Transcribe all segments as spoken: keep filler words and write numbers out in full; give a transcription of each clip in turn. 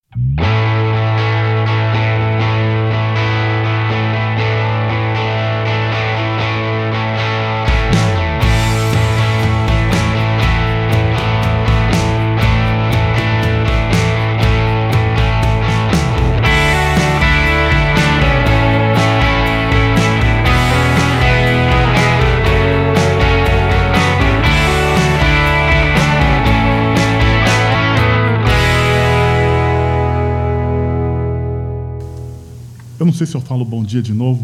Eu não sei se eu falo bom dia de novo.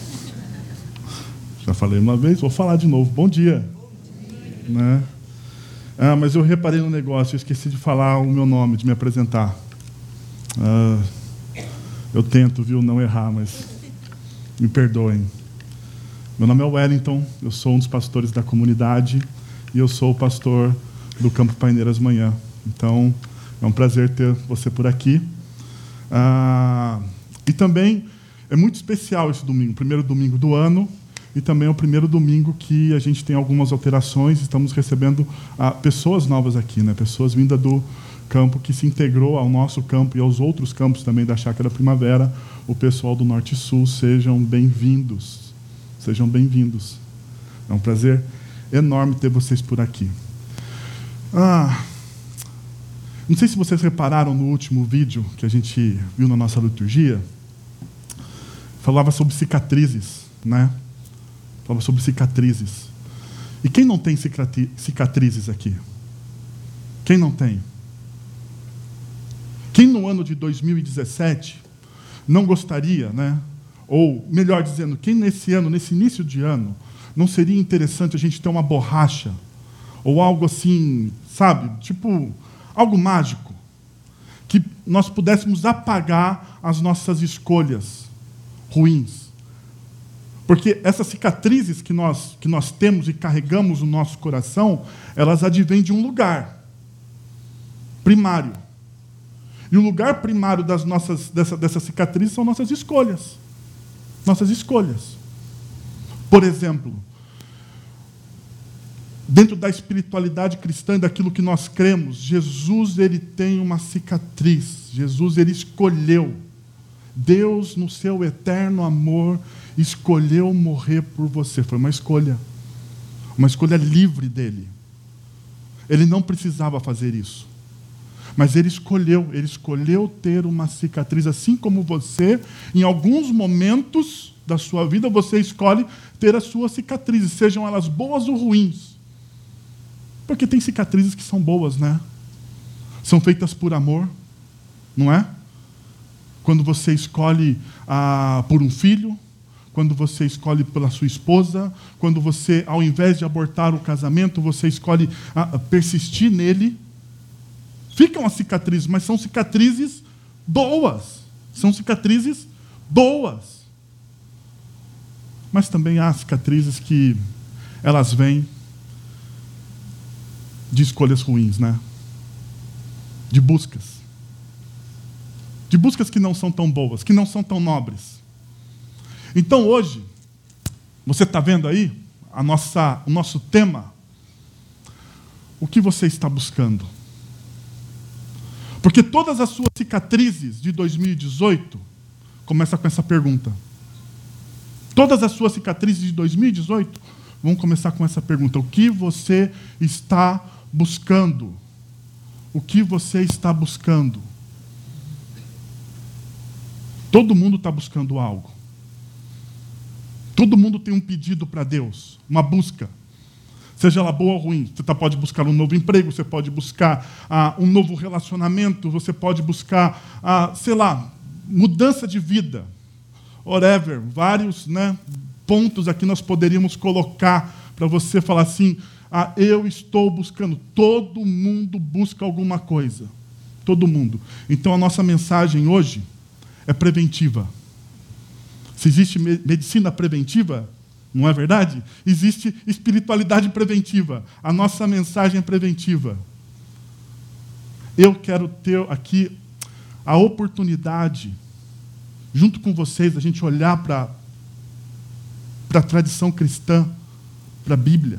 Já falei uma vez, vou falar de novo. Bom dia. Bom dia. Né? Ah, mas eu reparei no negócio, eu esqueci de falar o meu nome, de me apresentar. Ah, eu tento, viu, não errar, mas me perdoem. Meu nome é Wellington, eu sou um dos pastores da comunidade e eu sou o pastor do Campo Paineiras Manhã. Então, é um prazer ter você por aqui. Ah, e também é muito especial esse domingo, o primeiro domingo do ano, e também é o primeiro domingo que a gente tem algumas alterações, estamos recebendo ah, pessoas novas aqui, né? Pessoas vindas do campo que se integrou ao nosso campo e aos outros campos também da Chácara Primavera. O pessoal do Norte e Sul, sejam bem-vindos. Sejam bem-vindos. É um prazer enorme ter vocês por aqui. Ah, não sei se vocês repararam no último vídeo que a gente viu na nossa liturgia, falava sobre cicatrizes, né? Falava sobre cicatrizes. E quem não tem cicatrizes aqui? Quem não tem? Quem no ano de dois mil e dezessete não gostaria, né? Ou, melhor dizendo, quem nesse ano, nesse início de ano, não seria interessante a gente ter uma borracha? Ou algo assim, sabe? Tipo, algo mágico. Que nós pudéssemos apagar as nossas escolhas ruins. Porque essas cicatrizes que nós, que nós temos e carregamos no nosso coração, elas advêm de um lugar primário. E o lugar primário das nossas, dessa, dessas cicatrizes são nossas escolhas. Nossas escolhas. Por exemplo, dentro da espiritualidade cristã e daquilo que nós cremos, Jesus ele tem uma cicatriz. Jesus ele escolheu. Deus, no seu eterno amor, escolheu morrer por você. Foi uma escolha. Uma escolha livre dele. Ele não precisava fazer isso. Mas ele escolheu. Ele escolheu ter uma cicatriz. Assim como você, em alguns momentos da sua vida, você escolhe ter as suas cicatrizes, sejam elas boas ou ruins. Porque tem cicatrizes que são boas, né? São feitas por amor, não é? Quando você escolhe ah, por um filho, quando você escolhe pela sua esposa, quando você, ao invés de abortar o casamento, você escolhe ah, persistir nele. Ficam as cicatrizes, mas são cicatrizes boas. São cicatrizes boas. Mas também há cicatrizes que elas vêm de escolhas ruins, né? De buscas. De buscas que não são tão boas, que não são tão nobres. Então hoje, você está vendo aí a nossa, o nosso tema? O que você está buscando? Porque todas as suas cicatrizes de dois mil e dezoito começam com essa pergunta. Todas as suas cicatrizes de dois mil e dezoito vão começar com essa pergunta. O que você está buscando? O que você está buscando? Todo mundo está buscando algo. Todo mundo tem um pedido para Deus, uma busca. Seja ela boa ou ruim. Você tá, pode buscar um novo emprego, você pode buscar ah, um novo relacionamento, você pode buscar, ah, sei lá, mudança de vida. Whatever, vários, né, pontos aqui nós poderíamos colocar para você falar assim, ah, eu estou buscando. Todo mundo busca alguma coisa. Todo mundo. Então a nossa mensagem hoje é preventiva. Se existe medicina preventiva, não é verdade? Existe espiritualidade preventiva. A nossa mensagem é preventiva. Eu quero ter aqui a oportunidade, junto com vocês, a gente olhar para para a tradição cristã, para a Bíblia,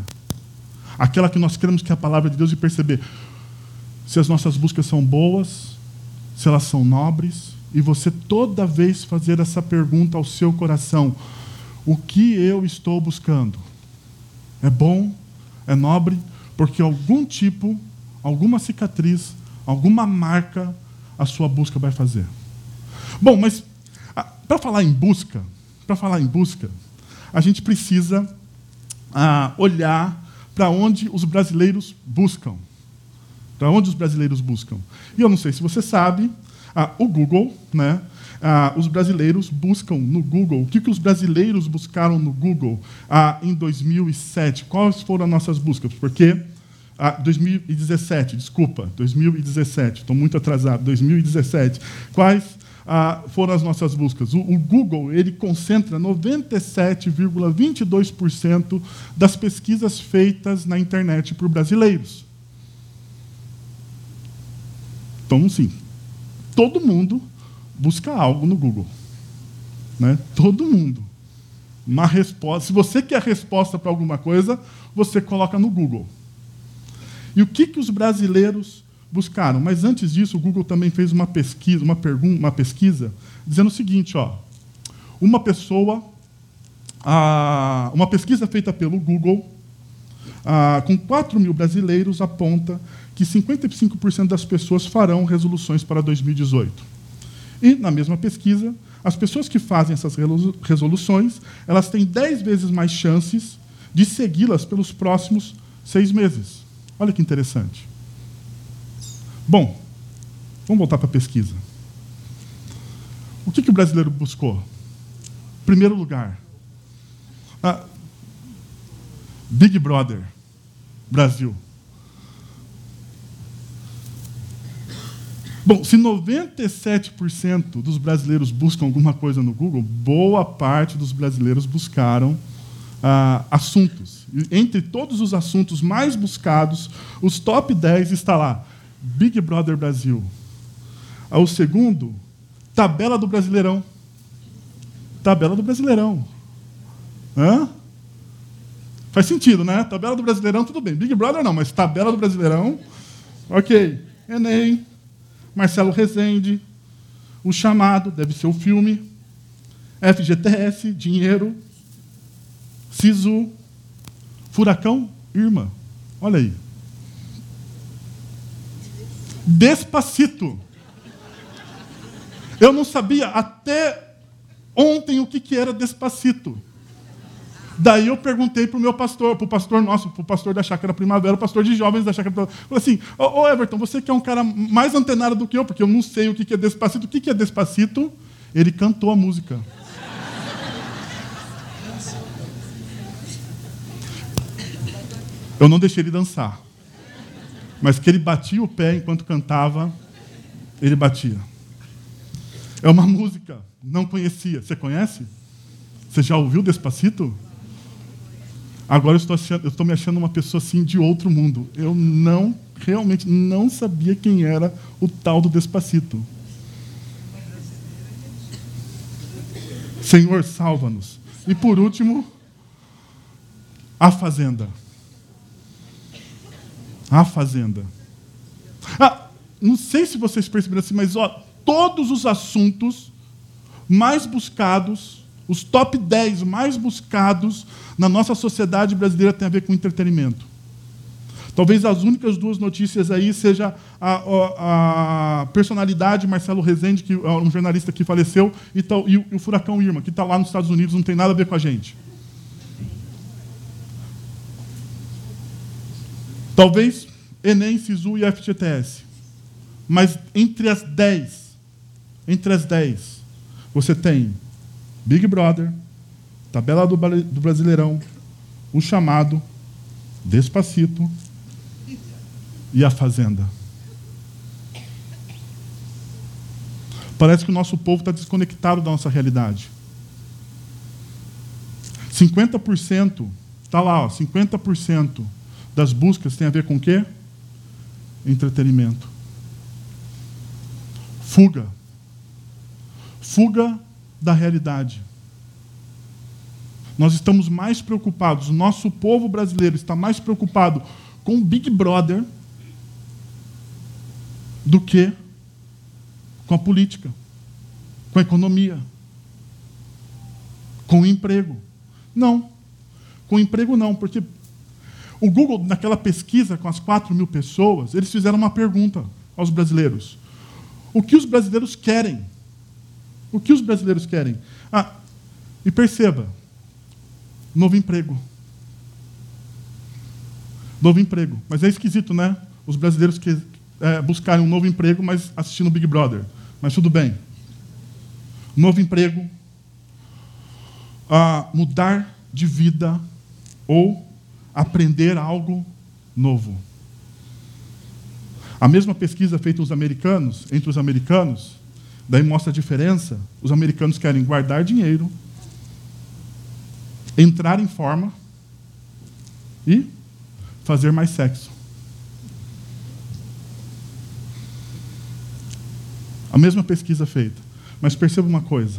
aquela que nós cremos que é a palavra de Deus, e perceber se as nossas buscas são boas se elas são nobres, e você toda vez fazer essa pergunta ao seu coração: o que eu estou buscando? É bom? É nobre? Porque algum tipo, alguma cicatriz, alguma marca, a sua busca vai fazer. Bom, mas para falar em busca, para falar em busca, a gente precisa ah, olhar para onde os brasileiros buscam. Para onde os brasileiros buscam. E eu não sei se você sabe, ah, o Google, né? Ah, os brasileiros buscam no Google. O que, que os brasileiros buscaram no Google ah, em dois mil e sete? Quais foram as nossas buscas? Porque ah, dois mil e dezessete, desculpa, dois mil e dezessete, estou muito atrasado, dois mil e dezessete. Quais ah, foram as nossas buscas? O, o Google ele concentra noventa e sete vírgula vinte e dois por cento das pesquisas feitas na internet por brasileiros. Então, sim, todo mundo busca algo no Google. Né? Todo mundo. Uma resposta. Se você quer resposta para alguma coisa, você coloca no Google. E o que, que os brasileiros buscaram? Mas antes disso, o Google também fez uma pesquisa, uma pergunta, uma pesquisa, dizendo o seguinte, ó, uma pessoa, ah, uma pesquisa feita pelo Google, ah, com quatro mil brasileiros, aponta que cinquenta e cinco por cento das pessoas farão resoluções para dois mil e dezoito. E, na mesma pesquisa, as pessoas que fazem essas resoluções, elas têm dez vezes mais chances de segui-las pelos próximos seis meses. Olha que interessante. Bom, vamos voltar para a pesquisa. O que, que o brasileiro buscou? Primeiro lugar, ah, Big Brother, Brasil. Bom, se noventa e sete por cento dos brasileiros buscam alguma coisa no Google, boa parte dos brasileiros buscaram ah, assuntos. E entre todos os assuntos mais buscados, os top dez está lá. Big Brother Brasil. Ah, o segundo, tabela do Brasileirão. Tabela do Brasileirão. Hã? Faz sentido, né? Tabela do Brasileirão, tudo bem. Big Brother não, mas tabela do Brasileirão. Ok. Enem. Marcelo Rezende, O Chamado, deve ser o filme, F G T S, Dinheiro, Sisu, Furacão Irma. Olha aí. Despacito. Eu não sabia até ontem o que, que era Despacito. Daí eu perguntei para o meu pastor, para o pastor nosso, para o pastor da Chácara Primavera, o pastor de jovens da Chácara Primavera. Falei assim, ô oh, Everton, você que é um cara mais antenado do que eu, porque eu não sei o que é Despacito. O que é Despacito? Ele cantou a música. Eu não deixei ele dançar. Mas que ele batia o pé enquanto cantava, ele batia. É uma música, não conhecia. Você conhece? Você já ouviu Despacito? Agora eu estou, achando, eu estou me achando uma pessoa assim de outro mundo. Eu não, realmente não sabia quem era o tal do Despacito. Senhor, salva-nos. E por último, A Fazenda. A Fazenda. Ah, não sei se vocês perceberam assim, mas ó, todos os assuntos mais buscados, os top dez mais buscados na nossa sociedade brasileira têm a ver com entretenimento. Talvez as únicas duas notícias aí seja a, a, a personalidade Marcelo Rezende, que é um jornalista que faleceu, e, tal, e, o, e o Furacão Irma, que está lá nos Estados Unidos, não tem nada a ver com a gente. Talvez Enem, Sisu e F G T S. Mas entre as dez, entre as dez, você tem Big Brother, Tabela do, do Brasileirão, O Chamado, Despacito e A Fazenda. Parece que o nosso povo está desconectado da nossa realidade. cinquenta por cento, está lá, ó, cinquenta por cento das buscas tem a ver com o quê? Entretenimento. Fuga. Fuga da realidade. Nós estamos mais preocupados, o nosso povo brasileiro está mais preocupado com o Big Brother do que com a política, com a economia, com o emprego. Não. Com o emprego não, porque o Google, naquela pesquisa com as quatro mil pessoas, eles fizeram uma pergunta aos brasileiros. O que os brasileiros querem? O que os brasileiros querem? Ah, e perceba, novo emprego. Novo emprego. Mas é esquisito, né? Os brasileiros que é, buscarem um novo emprego, mas assistindo o Big Brother. Mas tudo bem. Novo emprego. Ah, mudar de vida ou aprender algo novo. A mesma pesquisa feita os americanos, entre os americanos, daí mostra a diferença. Os americanos querem guardar dinheiro, entrar em forma e fazer mais sexo. A mesma pesquisa feita. Mas perceba uma coisa.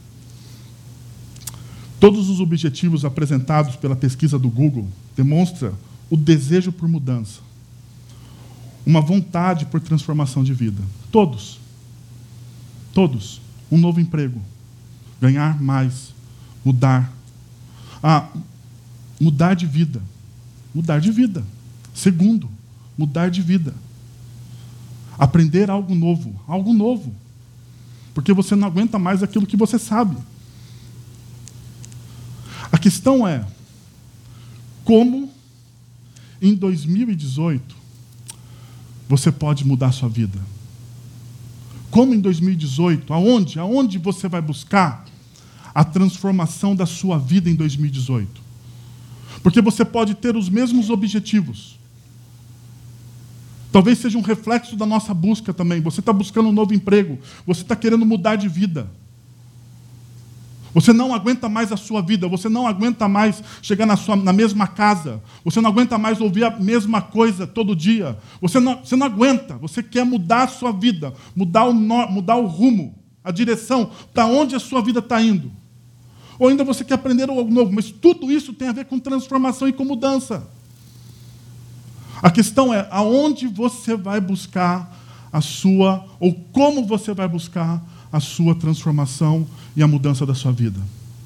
Todos os objetivos apresentados pela pesquisa do Google demonstram o desejo por mudança. Uma vontade por transformação de vida. Todos. Todos. Um novo emprego. Ganhar mais. Mudar. Ah, mudar de vida. Mudar de vida. Segundo, mudar de vida. Aprender algo novo. Algo novo. Porque você não aguenta mais aquilo que você sabe. A questão é, como em dois mil e dezoito você pode mudar a sua vida? Como em dois mil e dezoito, aonde? Aonde você vai buscar a transformação da sua vida em dois mil e dezoito? Porque você pode ter os mesmos objetivos. Talvez seja um reflexo da nossa busca também. Você está buscando um novo emprego, você está querendo mudar de vida. Você não aguenta mais a sua vida, você não aguenta mais chegar na, sua, na mesma casa, você não aguenta mais ouvir a mesma coisa todo dia, você não, você não aguenta, você quer mudar a sua vida, mudar o, no, mudar o rumo, a direção, para onde a sua vida está indo. Ou ainda você quer aprender algo novo, mas tudo isso tem a ver com transformação e com mudança. A questão é, aonde você vai buscar a sua, ou como você vai buscar a sua transformação e a mudança da sua vida?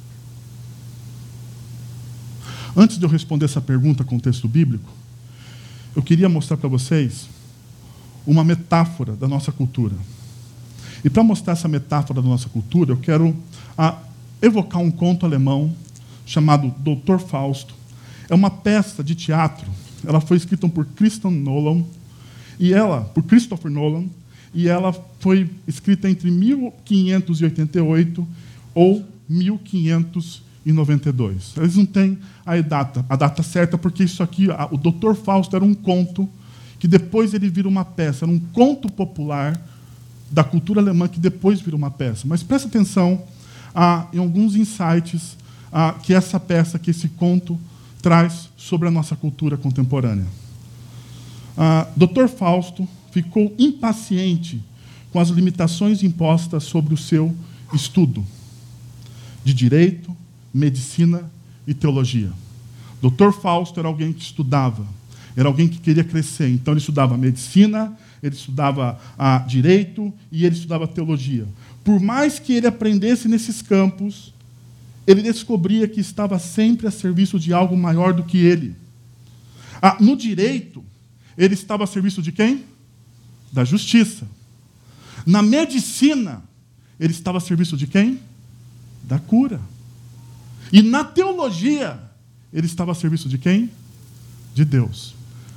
Antes de eu responder essa pergunta com o texto bíblico, eu queria mostrar para vocês uma metáfora da nossa cultura. E para mostrar essa metáfora da nossa cultura, eu quero ah, evocar um conto alemão chamado doutor Fausto. É uma peça de teatro. Ela foi escrita por Christopher Nolan, e ela, por Christopher Nolan, e ela foi escrita entre mil quinhentos e oitenta e oito ou mil quinhentos e noventa e dois. Eles não têm a data, a data certa, porque isso aqui, a, o doutor Fausto era um conto que depois ele vira uma peça. Era um conto popular da cultura alemã que depois vira uma peça. Mas presta atenção ah, em alguns insights ah, que essa peça, que esse conto traz sobre a nossa cultura contemporânea. Ah, doutor Fausto ficou impaciente com as limitações impostas sobre o seu estudo de direito, medicina e teologia. doutor Fausto era alguém que estudava, era alguém que queria crescer. Então ele estudava medicina, ele estudava ah, direito e ele estudava teologia. Por mais que ele aprendesse nesses campos, ele descobria que estava sempre a serviço de algo maior do que ele. Ah, no direito, ele estava a serviço de quem? Da justiça. Na medicina, ele estava a serviço de quem? Da cura. E na teologia, ele estava a serviço de quem? De Deus.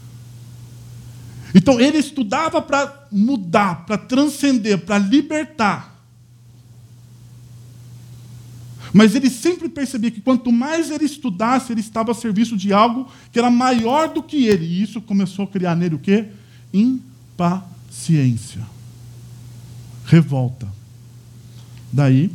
Então, ele estudava para mudar, para transcender, para libertar. Mas ele sempre percebia que quanto mais ele estudasse, ele estava a serviço de algo que era maior do que ele. E isso começou a criar nele o quê? Impaciência. Revolta. Daí,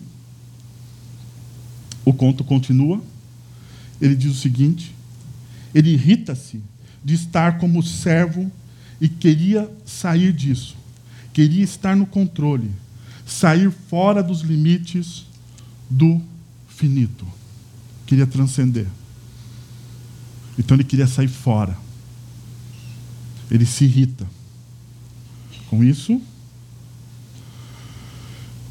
o conto continua. Ele diz o seguinte: ele irrita-se de estar como servo e queria sair disso. Queria estar no controle. Sair fora dos limites do finito. Queria transcender. Então ele queria sair fora. Ele se irrita com isso.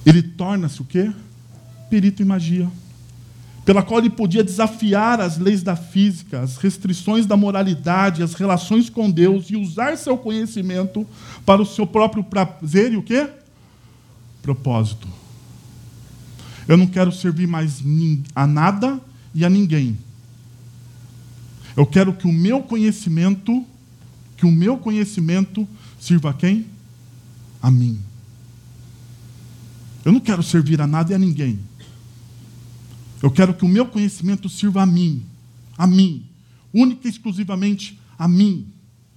ele torna-se o quê? Perito em magia. Pela qual ele podia desafiar as leis da física, as restrições da moralidade, as relações com Deus e usar seu conhecimento para o seu próprio prazer e o quê? Propósito. Eu não quero servir mais a nada e a ninguém. Eu quero que o meu conhecimento, que o meu conhecimento sirva a quem? A mim. Eu não quero servir a nada e a ninguém. Eu quero que o meu conhecimento sirva a mim, a mim, única e exclusivamente a mim.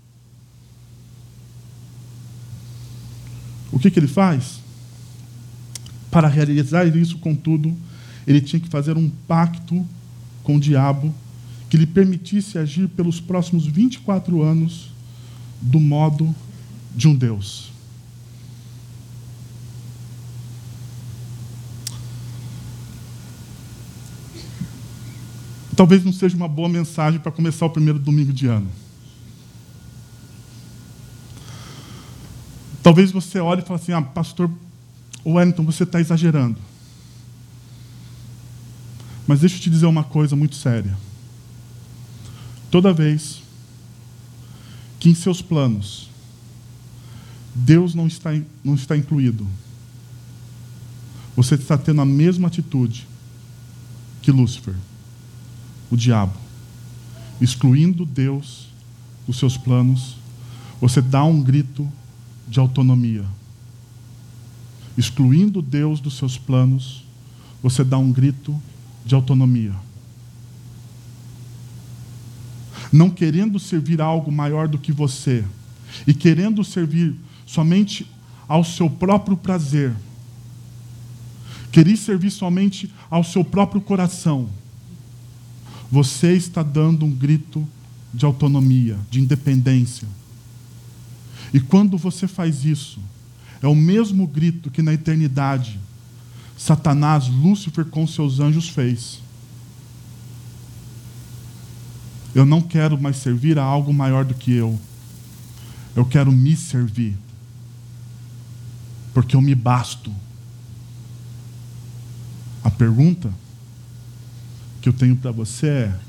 O que que ele faz? Para realizar isso, contudo, ele tinha que fazer um pacto com o diabo que lhe permitisse agir pelos próximos vinte e quatro anos do modo de um Deus. Talvez não seja uma boa mensagem para começar o primeiro domingo de ano. Talvez você olhe e fale assim, ah, pastor Wellington, você está exagerando. Mas deixa eu te dizer uma coisa muito séria. Toda vez que em seus planos Deus não está, não está incluído, você está tendo a mesma atitude que Lúcifer, o diabo, excluindo Deus dos seus planos. Você dá um grito de autonomia. Excluindo Deus dos seus planos, você dá um grito de autonomia. Não querendo servir a algo maior do que você e querendo servir somente ao seu próprio prazer, querer servir somente ao seu próprio coração, você está dando um grito de autonomia, de independência. E quando você faz isso, é o mesmo grito que na eternidade Satanás, Lúcifer, com seus anjos fez. Eu não quero mais servir a algo maior do que eu. Eu quero me servir. Porque eu me basto. A pergunta que eu tenho para você é: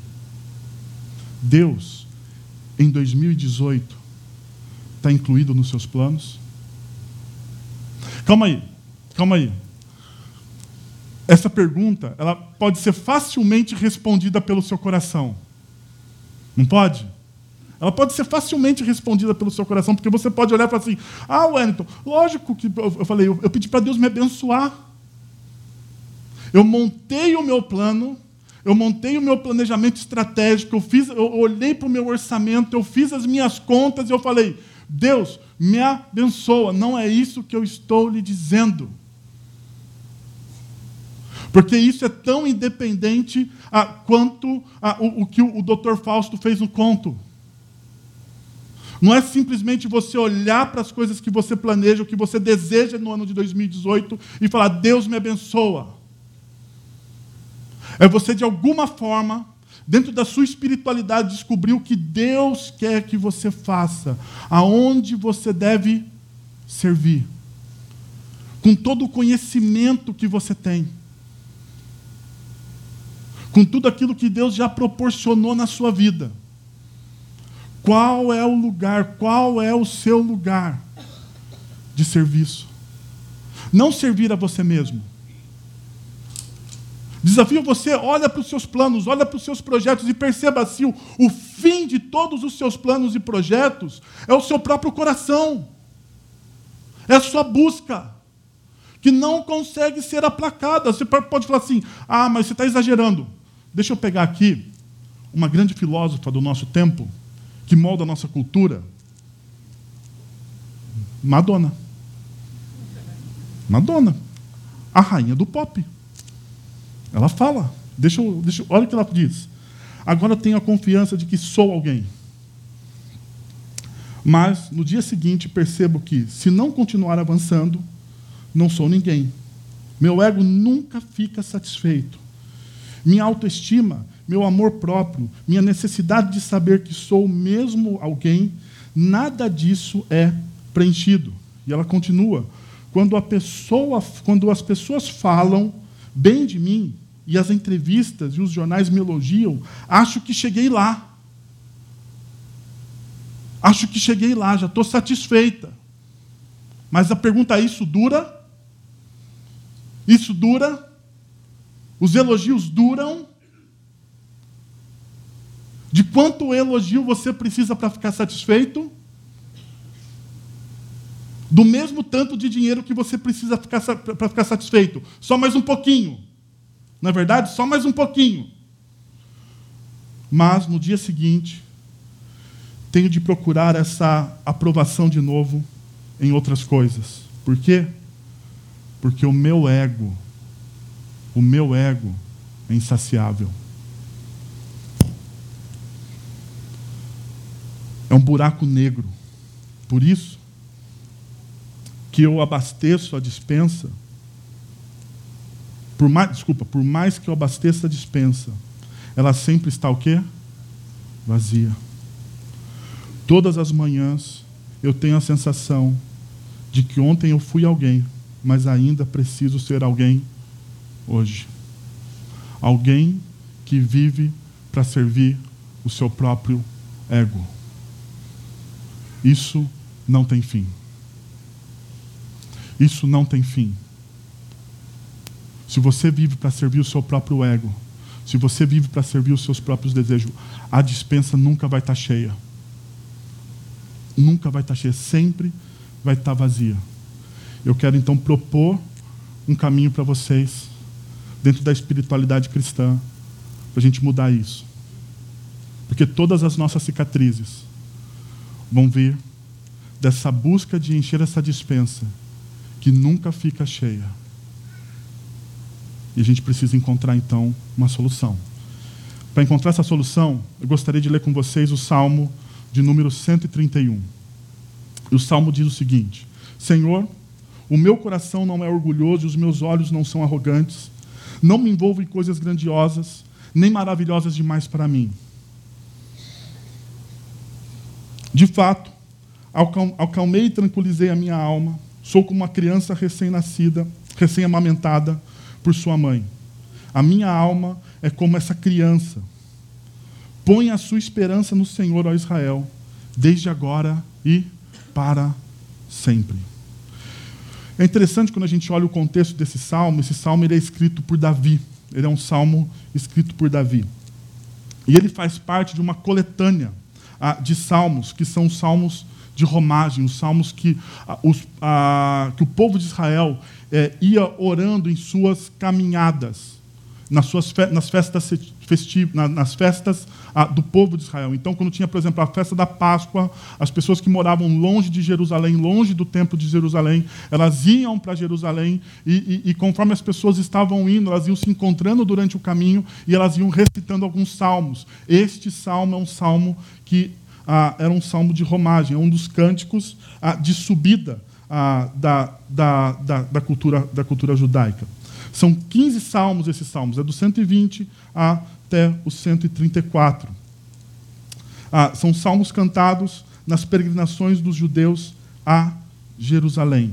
Deus, em dois mil e dezoito, está incluído nos seus planos? Calma aí, calma aí. Essa pergunta, ela pode ser facilmente respondida pelo seu coração. Não pode? Ela pode ser facilmente respondida pelo seu coração, porque você pode olhar e falar assim, ah, Wellington, lógico que eu falei, eu, eu pedi para Deus me abençoar. Eu montei o meu plano, eu montei o meu planejamento estratégico, eu, fiz, eu olhei para o meu orçamento, eu fiz as minhas contas e eu falei, Deus, me abençoa. Não é isso que eu estou lhe dizendo. Porque isso é tão independente ah, quanto ah, o, o que o, o doutor Fausto fez no conto. Não é simplesmente você olhar para as coisas que você planeja, o que você deseja no ano de dois mil e dezoito e falar, Deus me abençoa. É você, de alguma forma, dentro da sua espiritualidade, descobrir o que Deus quer que você faça, aonde você deve servir, com todo o conhecimento que você tem, com tudo aquilo que Deus já proporcionou na sua vida. Qual é o lugar, qual é o seu lugar de serviço? Não servir a você mesmo. Desafio você, olha para os seus planos, olha para os seus projetos e perceba se o, o fim de todos os seus planos e projetos é o seu próprio coração. É a sua busca, que não consegue ser aplacada. Você pode falar assim, ah, mas você está exagerando. Deixa eu pegar aqui uma grande filósofa do nosso tempo, que molda a nossa cultura. Madonna. Madonna. A rainha do pop. Ela fala, deixa eu, deixa eu, olha o que ela diz. Agora eu tenho a confiança de que sou alguém. Mas, no dia seguinte, percebo que, se não continuar avançando, não sou ninguém. Meu ego nunca fica satisfeito. Minha autoestima, meu amor próprio, minha necessidade de saber que sou mesmo alguém, nada disso é preenchido. E ela continua, quando, a pessoa, quando as pessoas falam bem de mim, e as entrevistas e os jornais me elogiam, acho que cheguei lá. Acho que cheguei lá, já estou satisfeita. Mas a pergunta é, isso dura? Isso dura? Os elogios duram? De quanto elogio você precisa para ficar satisfeito? Do mesmo tanto de dinheiro que você precisa para ficar satisfeito. Só mais um pouquinho. Não é verdade? Só mais um pouquinho. Mas, no dia seguinte, tenho de procurar essa aprovação de novo em outras coisas. Por quê? Porque o meu ego, o meu ego é insaciável. É um buraco negro. Por isso que eu abasteço a despensa. Por mais, desculpa, por mais que eu abasteça a despensa, ela sempre está o quê? Vazia. Todas as manhãs eu tenho a sensação de que ontem eu fui alguém, mas ainda preciso ser alguém hoje. Alguém que vive para servir o seu próprio ego. Isso não tem fim. Isso não tem fim. Se você vive para servir o seu próprio ego, se você vive para servir os seus próprios desejos, a despensa nunca vai estar cheia. Nunca vai estar cheia, sempre vai estar vazia. Eu quero então propor um caminho para vocês, dentro da espiritualidade cristã, para a gente mudar isso. Porque todas as nossas cicatrizes vão vir dessa busca de encher essa despensa, que nunca fica cheia. E a gente precisa encontrar, então, uma solução. Para encontrar essa solução, eu gostaria de ler com vocês o Salmo de número cento e trinta e um. E o Salmo diz o seguinte: Senhor, o meu coração não é orgulhoso e os meus olhos não são arrogantes. Não me envolvo em coisas grandiosas, nem maravilhosas demais para mim. De fato, acalmei e tranquilizei a minha alma. Sou como uma criança recém-nascida, recém-amamentada por sua mãe. A minha alma é como essa criança. Põe a sua esperança no Senhor, ó Israel, desde agora e para sempre. É interessante quando a gente olha o contexto desse salmo. Esse salmo ele é escrito por Davi. Ele é um salmo escrito por Davi. E ele faz parte de uma coletânea ah, de salmos, que são salmos de romagem, os salmos que, ah, os, ah, que o povo de Israel eh, ia orando em suas caminhadas, nas, suas fe nas festas festivas, na, nas festas ah, do povo de Israel. Então, quando tinha, por exemplo, a festa da Páscoa, as pessoas que moravam longe de Jerusalém, longe do templo de Jerusalém, elas iam para Jerusalém e, e, e conforme as pessoas estavam indo, elas iam se encontrando durante o caminho e elas iam recitando alguns salmos. Este salmo é um salmo que ah, era um salmo de romagem, é um dos cânticos ah, de subida ah, da, da, da, da, cultura, da cultura judaica. São quinze salmos esses salmos, é do cento e vinte até o cento e trinta e quatro. Ah, são salmos cantados nas peregrinações dos judeus a Jerusalém.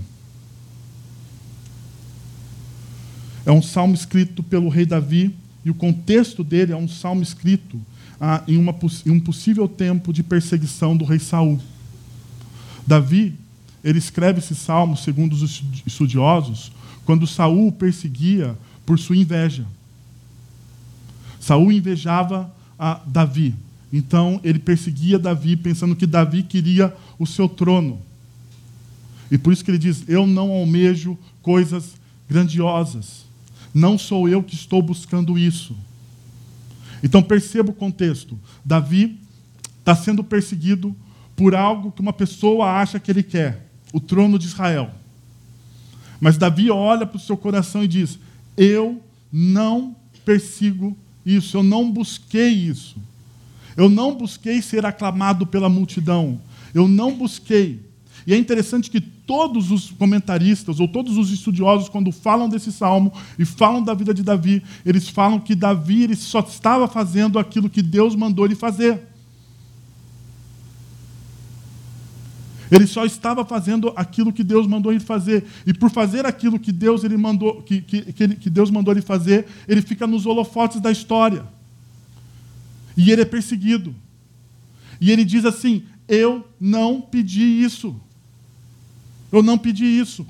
É um salmo escrito pelo rei Davi, e o contexto dele é um salmo escrito ah, em, uma, em um possível tempo de perseguição do rei Saul. Davi, ele escreve esse salmo, segundo os estudiosos, quando Saul o perseguia por sua inveja. Saul invejava a Davi. Então, ele perseguia Davi, pensando que Davi queria o seu trono. E por isso que ele diz, eu não almejo coisas grandiosas. Não sou eu que estou buscando isso. Então, perceba o contexto. Davi está sendo perseguido por algo que uma pessoa acha que ele quer, o trono de Israel. Mas Davi olha para o seu coração e diz, eu não persigo isso, eu não busquei isso. Eu não busquei ser aclamado pela multidão. Eu não busquei. E é interessante que todos os comentaristas, ou todos os estudiosos, quando falam desse salmo e falam da vida de Davi, eles falam que Davi ele só estava fazendo aquilo que Deus mandou ele fazer. Ele só estava fazendo aquilo que Deus mandou ele fazer. E por fazer aquilo que Deus, ele mandou, que, que, que, ele, que Deus mandou ele fazer, ele fica nos holofotes da história. E ele é perseguido. E ele diz assim, eu não pedi isso. Eu não pedi isso.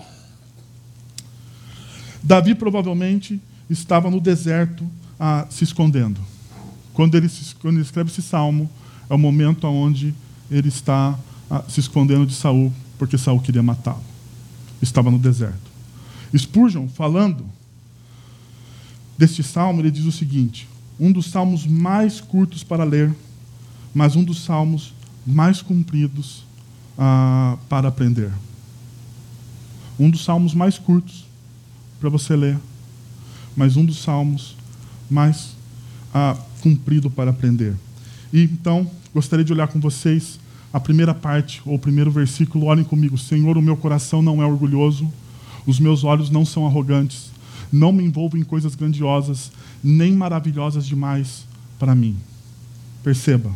Davi provavelmente estava no deserto ah, se escondendo. Quando ele, quando ele escreve esse salmo, é o momento onde ele está ah, se escondendo de Saul, porque Saul queria matá-lo. Estava no deserto. Spurgeon, falando deste salmo, ele diz o seguinte, um dos salmos mais curtos para ler, mas um dos salmos mais compridos ah, para aprender. Um dos salmos mais curtos para você ler, mas um dos salmos mais ah, comprido para aprender. E então, gostaria de olhar com vocês a primeira parte, ou o primeiro versículo. Olhem comigo. Senhor, o meu coração não é orgulhoso, os meus olhos não são arrogantes, não me envolvo em coisas grandiosas, nem maravilhosas demais para mim. Perceba.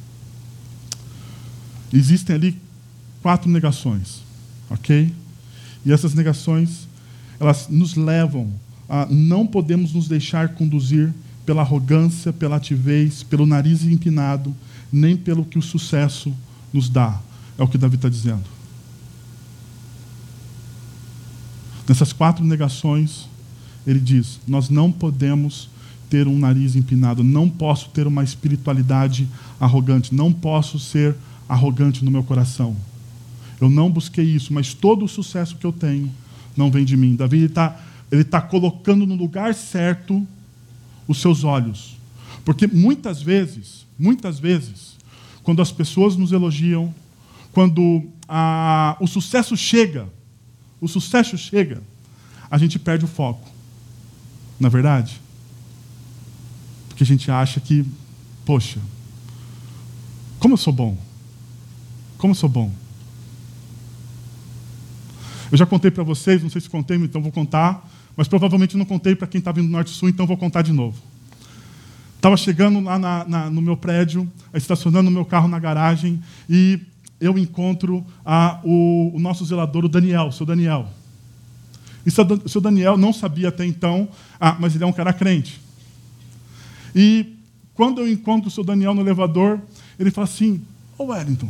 Existem ali quatro negações, ok? E essas negações, elas nos levam a não podemos nos deixar conduzir pela arrogância, pela altivez, pelo nariz empinado, nem pelo que o sucesso nos dá. É o que Davi está dizendo. Nessas quatro negações, ele diz, nós não podemos ter um nariz empinado, não posso ter uma espiritualidade arrogante, não posso ser arrogante no meu coração. Eu não busquei isso, mas todo o sucesso que eu tenho não vem de mim. Davi está ele tá colocando no lugar certo os seus olhos. Porque muitas vezes, muitas vezes, quando as pessoas nos elogiam, quando a, o sucesso chega, o sucesso chega, a gente perde o foco. Não é verdade? Porque a gente acha que, poxa, como eu sou bom? Como eu sou bom? Eu já contei para vocês, não sei se contei, então vou contar, mas provavelmente não contei para quem está vindo do Norte-Sul, então vou contar de novo. Estava chegando lá na, na, no meu prédio, estacionando o meu carro na garagem, e eu encontro a, o, o nosso zelador, o Daniel, o seu Daniel. E o seu Daniel não sabia até então, ah, mas ele é um cara crente. E quando eu encontro o seu Daniel no elevador, ele fala assim, ô Wellington,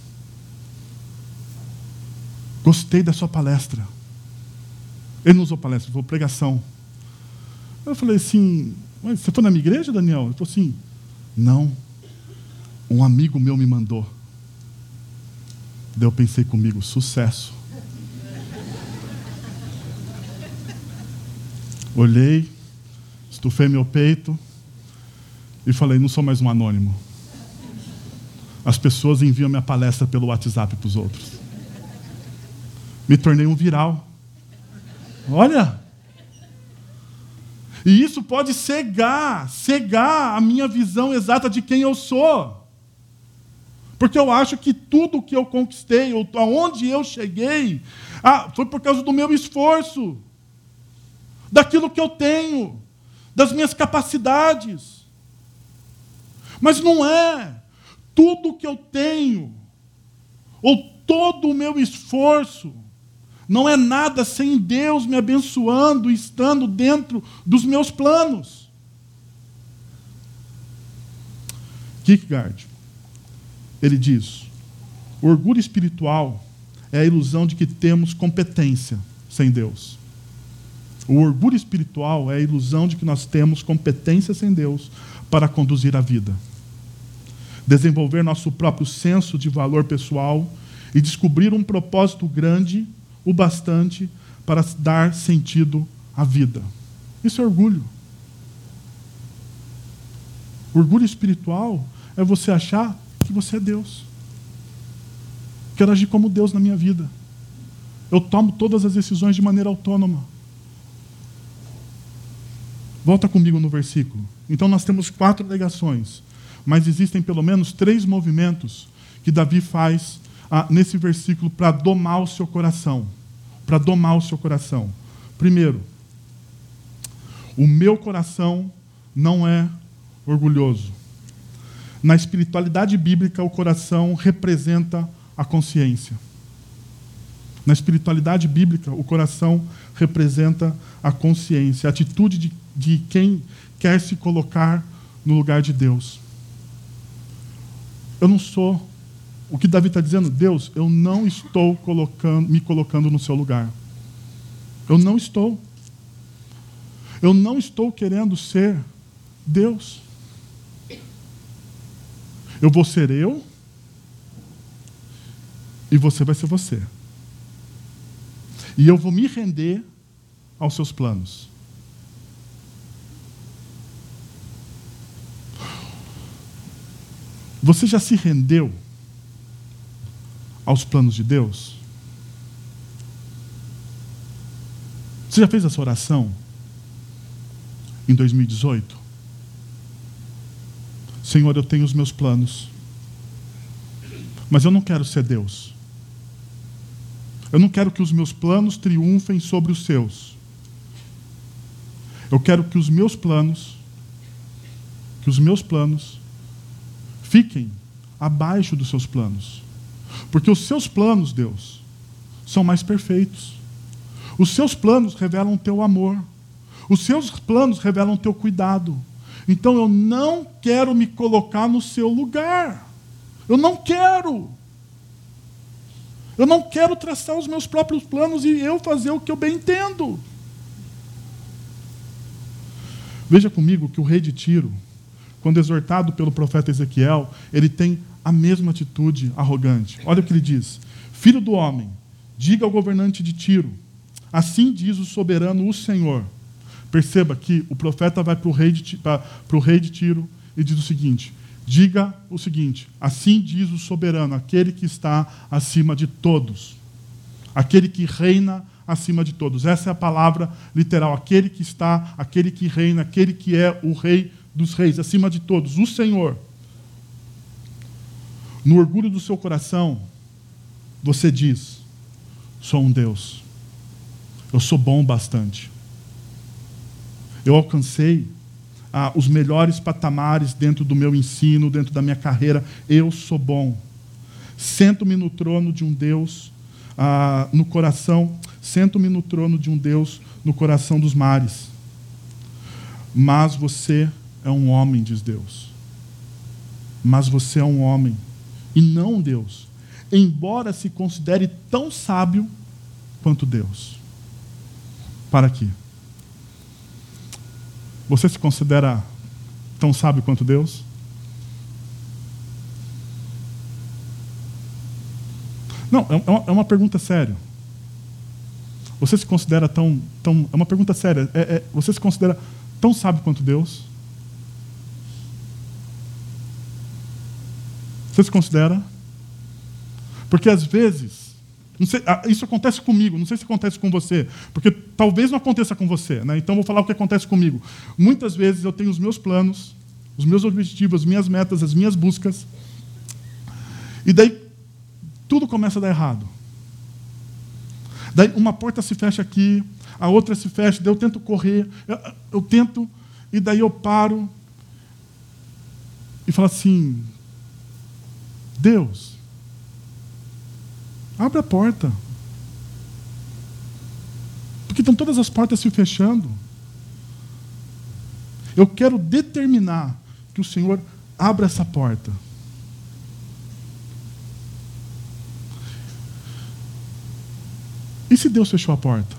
gostei da sua palestra. Ele não usou palestra, ele falou pregação. Eu falei assim, você foi na minha igreja, Daniel? Ele falou assim, não, um amigo meu me mandou. Daí eu pensei comigo, sucesso. Olhei, estufei meu peito e falei, não sou mais um anônimo. As pessoas enviam minha palestra pelo WhatsApp para os outros. Me tornei um viral. Olha! E isso pode cegar, cegar a minha visão exata de quem eu sou. Porque eu acho que tudo que eu conquistei, ou aonde eu cheguei, ah, foi por causa do meu esforço, daquilo que eu tenho, das minhas capacidades. Mas não é. Tudo que eu tenho, ou todo o meu esforço, não é nada sem Deus me abençoando, estando dentro dos meus planos. Kierkegaard, ele diz, o orgulho espiritual é a ilusão de que temos competência sem Deus. O orgulho espiritual é a ilusão de que nós temos competência sem Deus para conduzir a vida. Desenvolver nosso próprio senso de valor pessoal e descobrir um propósito grande o bastante para dar sentido à vida. Isso é orgulho. Orgulho espiritual é você achar que você é Deus. Quero agir como Deus na minha vida. Eu tomo todas as decisões de maneira autônoma. Volta comigo no versículo. Então nós temos quatro negações, mas existem pelo menos três movimentos que Davi faz ah, nesse versículo para domar o seu coração. Para domar o seu coração. Primeiro, o meu coração não é orgulhoso. Na espiritualidade bíblica, o coração representa a consciência. Na espiritualidade bíblica, o coração representa a consciência, a atitude de, de quem quer se colocar no lugar de Deus. Eu não sou... O que Davi está dizendo? Deus, eu não estou colocando, me colocando no seu lugar. Eu não estou. Eu não estou querendo ser Deus. Eu vou ser eu e você vai ser você. E eu vou me render aos seus planos. Você já se rendeu aos planos de Deus? Você já fez essa oração em dois mil e dezoito? Senhor, eu tenho os meus planos, mas eu não quero ser Deus. Eu não quero que os meus planos triunfem sobre os seus. Eu quero que os meus planos, que os meus planos fiquem abaixo dos seus planos. Porque os seus planos, Deus, são mais perfeitos. Os seus planos revelam o teu amor. Os seus planos revelam o teu cuidado. Então eu não quero me colocar no seu lugar. Eu não quero. Eu não quero traçar os meus próprios planos e eu fazer o que eu bem entendo. Veja comigo que o rei de Tiro, quando exortado pelo profeta Ezequiel, ele tem a mesma atitude arrogante. Olha o que ele diz. Filho do homem, diga ao governante de Tiro, assim diz o soberano, o Senhor. Perceba que o profeta vai para o rei de, para o rei de Tiro e diz o seguinte, diga o seguinte, assim diz o soberano, aquele que está acima de todos, aquele que reina acima de todos. Essa é a palavra literal, aquele que está, aquele que reina, aquele que é o rei dos reis, acima de todos, o Senhor. No orgulho do seu coração, você diz, sou um Deus, eu sou bom bastante. Eu alcancei ah, os melhores patamares dentro do meu ensino, dentro da minha carreira. Eu sou bom. Sento-me no trono de um Deus ah, no coração, sento-me no trono de um Deus no coração dos mares. Mas você é um homem, diz Deus. Mas você é um homem e não um Deus, embora se considere tão sábio quanto Deus. Para aqui. Você se considera tão sábio quanto Deus? Não, é uma, é uma pergunta séria. Você se considera tão... tão é uma pergunta séria. É, é, você se considera tão sábio quanto Deus? Você se considera? Porque às vezes... Não sei, isso acontece comigo, não sei se acontece com você, porque talvez não aconteça com você, né? Então vou falar o que acontece comigo. Muitas vezes eu tenho os meus planos, os meus objetivos, as minhas metas, as minhas buscas, e daí tudo começa a dar errado. Daí uma porta se fecha aqui, a outra se fecha, daí eu tento correr, eu, eu tento, e daí eu paro e falo assim, Deus, abre a porta. Porque estão todas as portas se fechando. Eu quero determinar que o Senhor abra essa porta. E se Deus fechou a porta?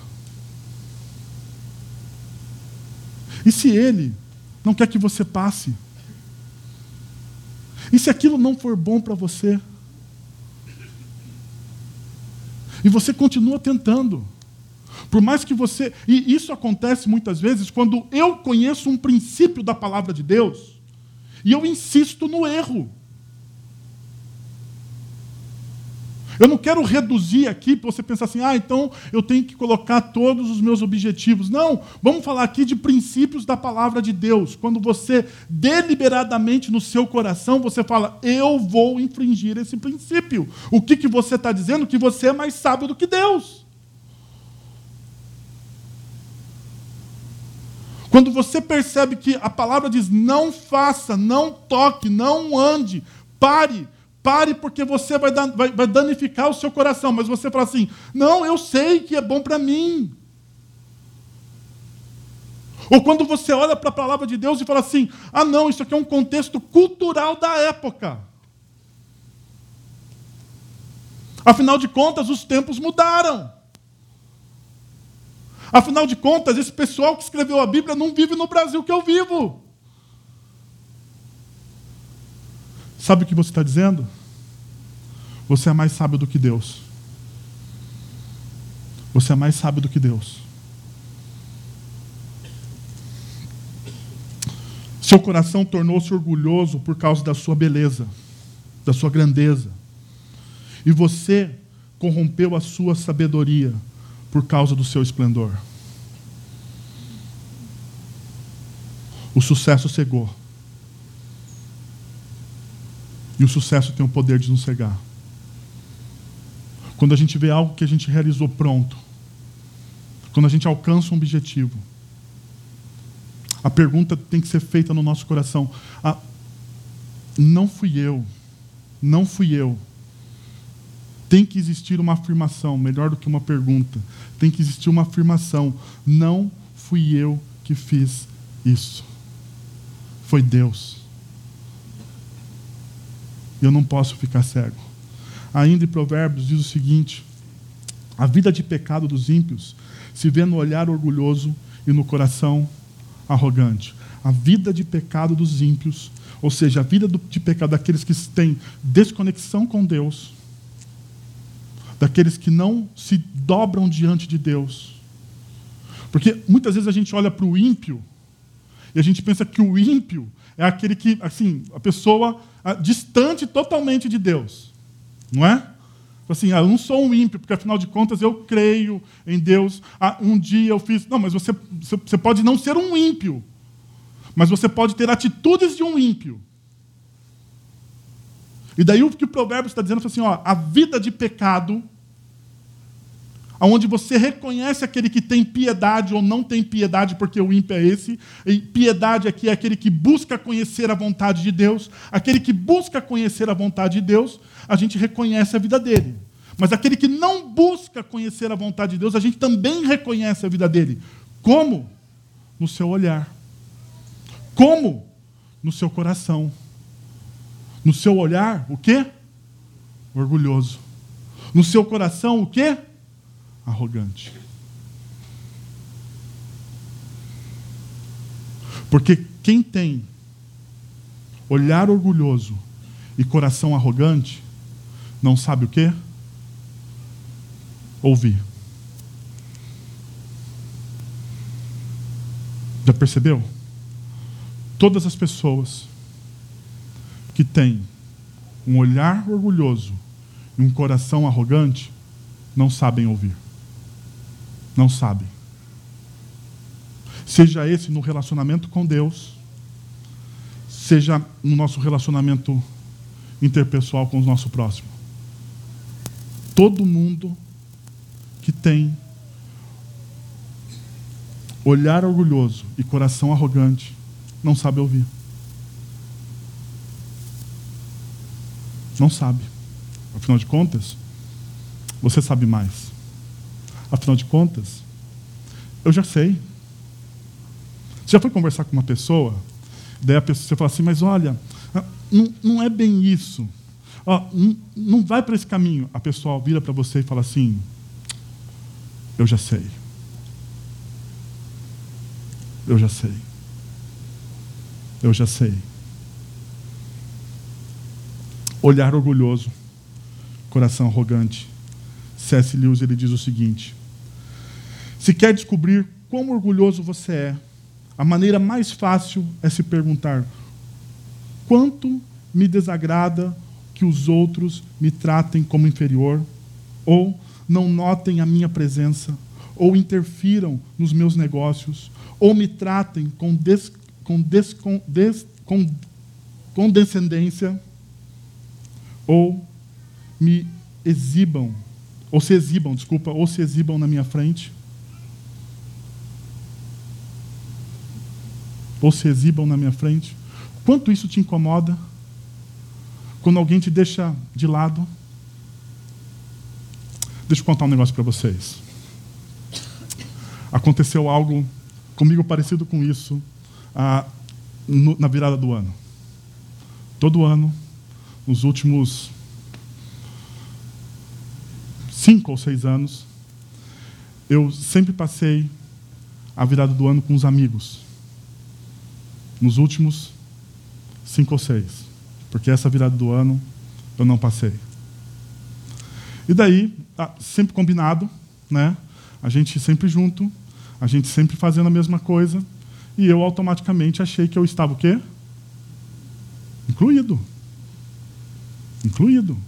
E se Ele não quer que você passe? E se aquilo não for bom para você? E você continua tentando. Por mais que você... E isso acontece muitas vezes quando eu conheço um princípio da palavra de Deus e eu insisto no erro. Eu não quero reduzir aqui para você pensar assim, ah, então eu tenho que colocar todos os meus objetivos. Não, vamos falar aqui de princípios da palavra de Deus. Quando você, deliberadamente no seu coração, você fala, eu vou infringir esse princípio. O que, que você está dizendo? Que você é mais sábio do que Deus. Quando você percebe que a palavra diz, não faça, não toque, não ande, pare, Pare, porque você vai, dar, vai, vai danificar o seu coração. Mas você fala assim, não, eu sei que é bom para mim. Ou quando você olha para a palavra de Deus e fala assim, ah não, isso aqui é um contexto cultural da época. Afinal de contas, os tempos mudaram. Afinal de contas, esse pessoal que escreveu a Bíblia não vive no Brasil que eu vivo. Sabe o que você está dizendo? Você é mais sábio do que Deus. Você é mais sábio do que Deus. Seu coração tornou-se orgulhoso por causa da sua beleza, da sua grandeza. E você corrompeu a sua sabedoria por causa do seu esplendor. O sucesso cegou. E o sucesso tem o poder de nos cegar. Quando a gente vê algo que a gente realizou pronto, quando a gente alcança um objetivo, a pergunta tem que ser feita no nosso coração. Ah, não fui eu, não fui eu. Tem que existir uma afirmação, melhor do que uma pergunta. Tem que existir uma afirmação. Não fui eu que fiz isso. Foi Deus. Eu não posso ficar cego. Ainda em Provérbios diz o seguinte, a vida de pecado dos ímpios se vê no olhar orgulhoso e no coração arrogante. A vida de pecado dos ímpios, ou seja, a vida de pecado daqueles que têm desconexão com Deus, daqueles que não se dobram diante de Deus. Porque muitas vezes a gente olha para o ímpio e a gente pensa que o ímpio é aquele que, assim, a pessoa a, distante totalmente de Deus. Não é? Assim, ah, eu não sou um ímpio, porque afinal de contas eu creio em Deus. Ah, um dia eu fiz... Não, mas você, você pode não ser um ímpio, mas você pode ter atitudes de um ímpio. E daí o que o provérbio está dizendo é assim, ó, a vida de pecado, onde você reconhece aquele que tem piedade ou não tem piedade, porque o ímpio é esse, e piedade aqui é aquele que busca conhecer a vontade de Deus, aquele que busca conhecer a vontade de Deus, a gente reconhece a vida dele. Mas aquele que não busca conhecer a vontade de Deus, a gente também reconhece a vida dele. Como? No seu olhar. Como? No seu coração. No seu olhar, o quê? Orgulhoso. No seu coração, o quê? Arrogante. Porque quem tem olhar orgulhoso e coração arrogante, não sabe o quê? Ouvir. Já percebeu? Todas as pessoas que têm um olhar orgulhoso e um coração arrogante não sabem ouvir. Não sabem. Seja esse no relacionamento com Deus, seja no nosso relacionamento interpessoal com o nosso próximo. Todo mundo que tem olhar orgulhoso e coração arrogante não sabe ouvir. Não sabe. Afinal de contas, você sabe mais. Afinal de contas, eu já sei. Você já foi conversar com uma pessoa, daí a pessoa, você fala assim, mas olha, não, não é bem isso. Ó, não, não vai para esse caminho. A pessoa vira para você e fala assim, eu já sei. Eu já sei. Eu já sei. Olhar orgulhoso, coração arrogante. C S Lewis ele diz o seguinte, se quer descobrir quão orgulhoso você é, a maneira mais fácil é se perguntar, quanto me desagrada que os outros me tratem como inferior, ou não notem a minha presença, ou interfiram nos meus negócios, ou me tratem com, des, com, des, com, des, com condescendência, ou me exibam, ou se exibam, desculpa, ou se exibam na minha frente, ou se exibam na minha frente. Quanto isso te incomoda? quando alguém te deixa de lado. Deixa eu contar um negócio para vocês. Aconteceu algo comigo parecido com isso ah, no, na virada do ano. Todo ano, nos últimos cinco ou seis anos, eu sempre passei a virada do ano com os amigos. Nos últimos cinco ou seis. Porque essa virada do ano eu não passei. E daí, sempre combinado, né? A gente sempre junto, a gente sempre fazendo a mesma coisa, e eu automaticamente achei que eu estava o quê? Incluído. Incluído.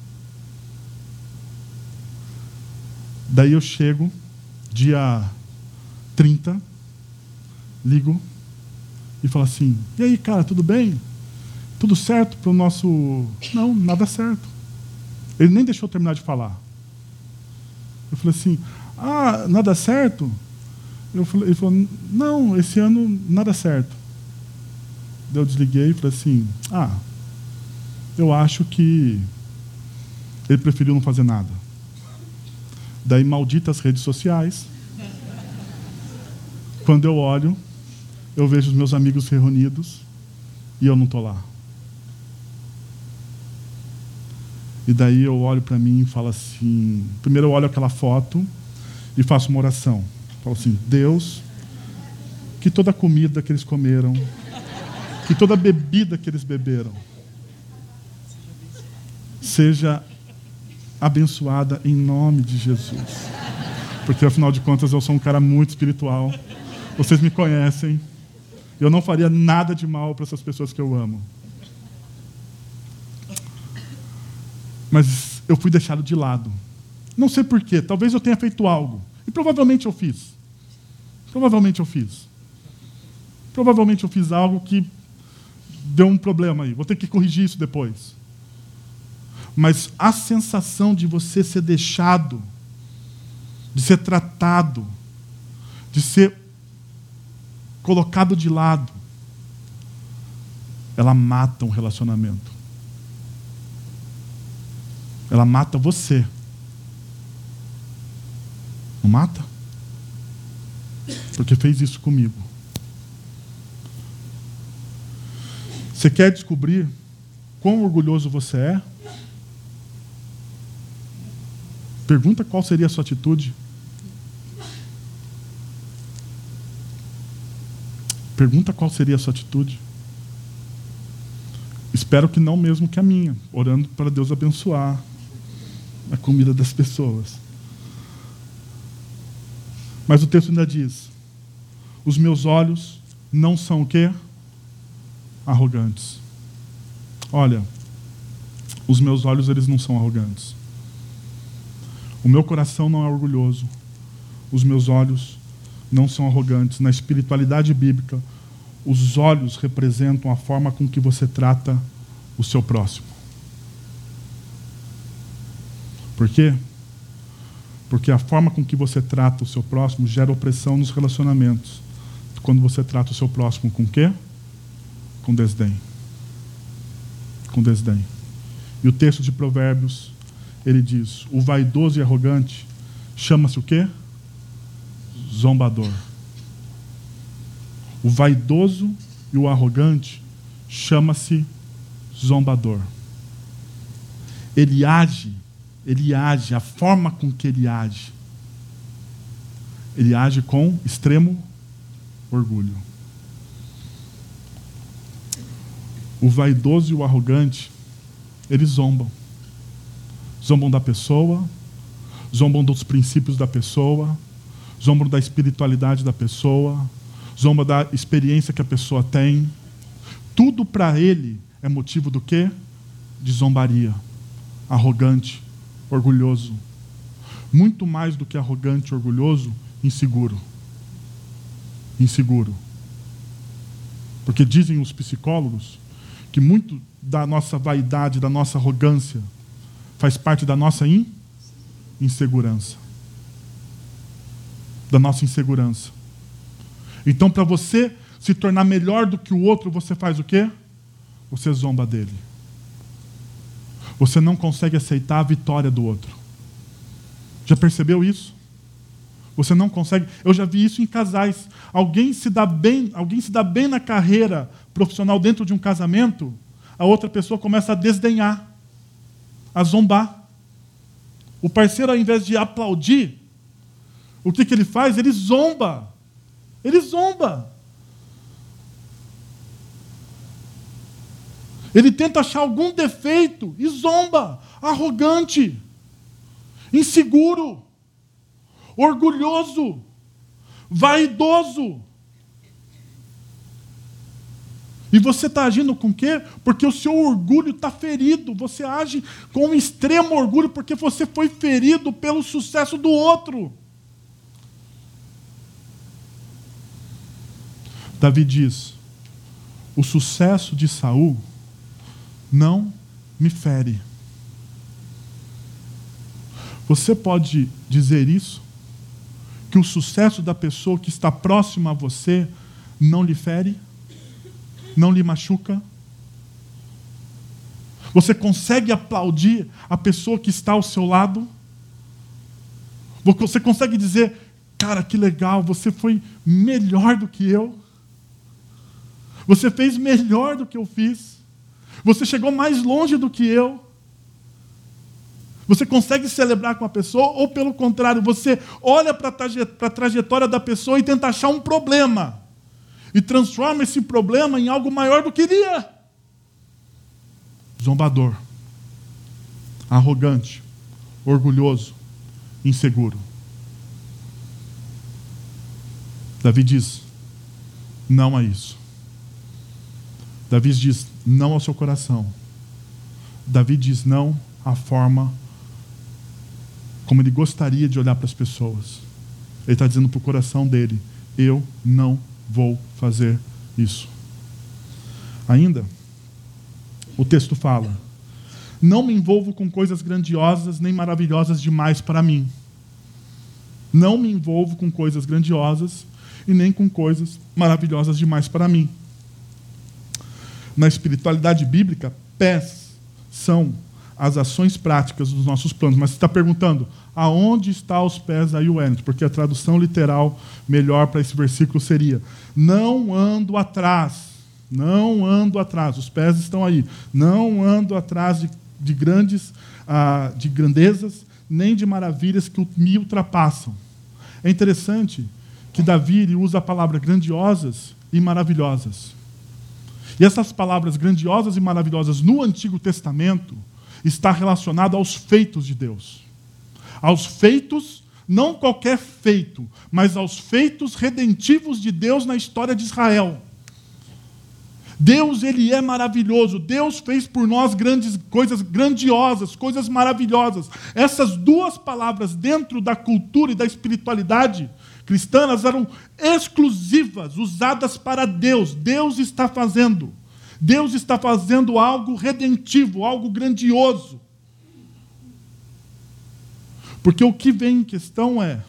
Daí eu chego, dia trinta, ligo e falo assim, e aí, cara, tudo bem? Tudo certo para o nosso... Não, nada certo. Ele nem deixou eu terminar de falar. Eu falei assim, ah, nada certo? Eu falei, ele falou, não, esse ano nada certo. Daí eu desliguei e falei assim, ah, eu acho que ele preferiu não fazer nada. Daí, malditas redes sociais, quando eu olho, eu vejo os meus amigos reunidos e eu não estou lá. E daí eu olho para mim e falo assim... Primeiro eu olho aquela foto e faço uma oração. Falo assim, Deus, que toda a comida que eles comeram, que toda a bebida que eles beberam, seja abençoada em nome de Jesus. Porque, afinal de contas, eu sou um cara muito espiritual. Vocês me conhecem. Eu não faria nada de mal para essas pessoas que eu amo. Mas eu fui deixado de lado. Não sei porquê, talvez eu tenha feito algo. E provavelmente eu fiz. Provavelmente eu fiz. Provavelmente eu fiz algo que deu um problema aí. Vou ter que corrigir isso depois. Mas a sensação de você ser deixado, de ser tratado, de ser colocado de lado, ela mata um relacionamento. Ela mata você. Não mata? Porque fez isso comigo. Você quer descobrir quão orgulhoso você é? Pergunta qual seria a sua atitude. Pergunta qual seria a sua atitude. Espero que não mesmo que a minha, orando para Deus abençoar a comida das pessoas. Mas o texto ainda diz, os meus olhos não são o quê? Arrogantes. Olha, os meus olhos, eles não são arrogantes. O meu coração não é orgulhoso. Os meus olhos não são arrogantes. Na espiritualidade bíblica, os olhos representam a forma com que você trata o seu próximo. Por quê? Porque a forma com que você trata o seu próximo gera opressão nos relacionamentos. Quando você trata o seu próximo com o quê? Com desdém. Com desdém. E o texto de Provérbios, ele diz, o vaidoso e arrogante chama-se o quê? Zombador. O vaidoso e o arrogante chama-se zombador. Ele age, ele age, a forma com que ele age, ele age com extremo orgulho. O vaidoso e o arrogante, eles zombam. Zombam da pessoa, zombam dos princípios da pessoa, zombam da espiritualidade da pessoa, zombam da experiência que a pessoa tem. Tudo para ele é motivo do quê? De zombaria. Arrogante, orgulhoso. Muito mais do que arrogante, orgulhoso, inseguro. Inseguro. Porque dizem os psicólogos que muito da nossa vaidade, da nossa arrogância, faz parte da nossa in- insegurança. Da nossa insegurança. Então, para você se tornar melhor do que o outro, você faz o quê? Você zomba dele. Você não consegue aceitar a vitória do outro. Já percebeu isso? Você não consegue. Eu já vi isso em casais. Alguém se dá bem, alguém se dá bem na carreira profissional dentro de um casamento, a outra pessoa começa a desdenhar, a zombar. O parceiro, ao invés de aplaudir, o que, que ele faz? Ele zomba. Ele zomba. Ele tenta achar algum defeito e zomba. Arrogante, inseguro, orgulhoso, vaidoso. E você está agindo com o quê? Porque o seu orgulho está ferido. Você age com um extremo orgulho porque você foi ferido pelo sucesso do outro. Davi diz: o sucesso de Saul não me fere. Você pode dizer isso? Que o sucesso da pessoa que está próxima a você não lhe fere? Não lhe machuca? Você consegue aplaudir a pessoa que está ao seu lado? Você consegue dizer: cara, que legal, você foi melhor do que eu? Você fez melhor do que eu fiz? Você chegou mais longe do que eu? Você consegue celebrar com a pessoa? Ou, pelo contrário, você olha para a trajetória da pessoa e tenta achar um problema e transforma esse problema em algo maior do que ele é? Zombador, arrogante, orgulhoso, inseguro. Davi diz: não a isso. Davi diz não ao seu coração. Davi diz não à forma como ele gostaria de olhar para as pessoas. Ele está dizendo para o coração dele: eu não vou fazer isso. Ainda, o texto fala: não me envolvo com coisas grandiosas nem maravilhosas demais para mim. Não me envolvo com coisas grandiosas e nem com coisas maravilhosas demais para mim. Na espiritualidade bíblica, pés são as ações práticas dos nossos planos. Mas você está perguntando, aonde está os pés aí, Wellington? Porque a tradução literal melhor para esse versículo seria: não ando atrás, não ando atrás. Os pés estão aí. Não ando atrás de, de grandes, ah, de grandezas, nem de maravilhas que me ultrapassam. É interessante que Davi ele usa a palavra grandiosas e maravilhosas. E essas palavras grandiosas e maravilhosas no Antigo Testamento está relacionado aos feitos de Deus. Aos feitos, não qualquer feito, mas aos feitos redentivos de Deus na história de Israel. Deus, ele é maravilhoso. Deus fez por nós grandes coisas grandiosas, coisas maravilhosas. Essas duas palavras dentro da cultura e da espiritualidade cristãs eram exclusivas, usadas para Deus. Deus está fazendo. Deus está fazendo algo redentivo, algo grandioso. Porque o que vem em questão é: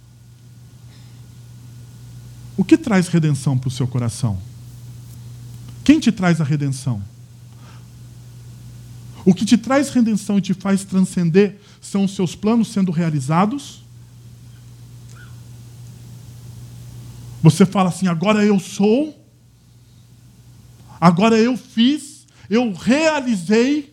o que traz redenção para o seu coração? Quem te traz a redenção? O que te traz redenção e te faz transcender são os seus planos sendo realizados? Você fala assim: agora eu sou, agora eu fiz, eu realizei.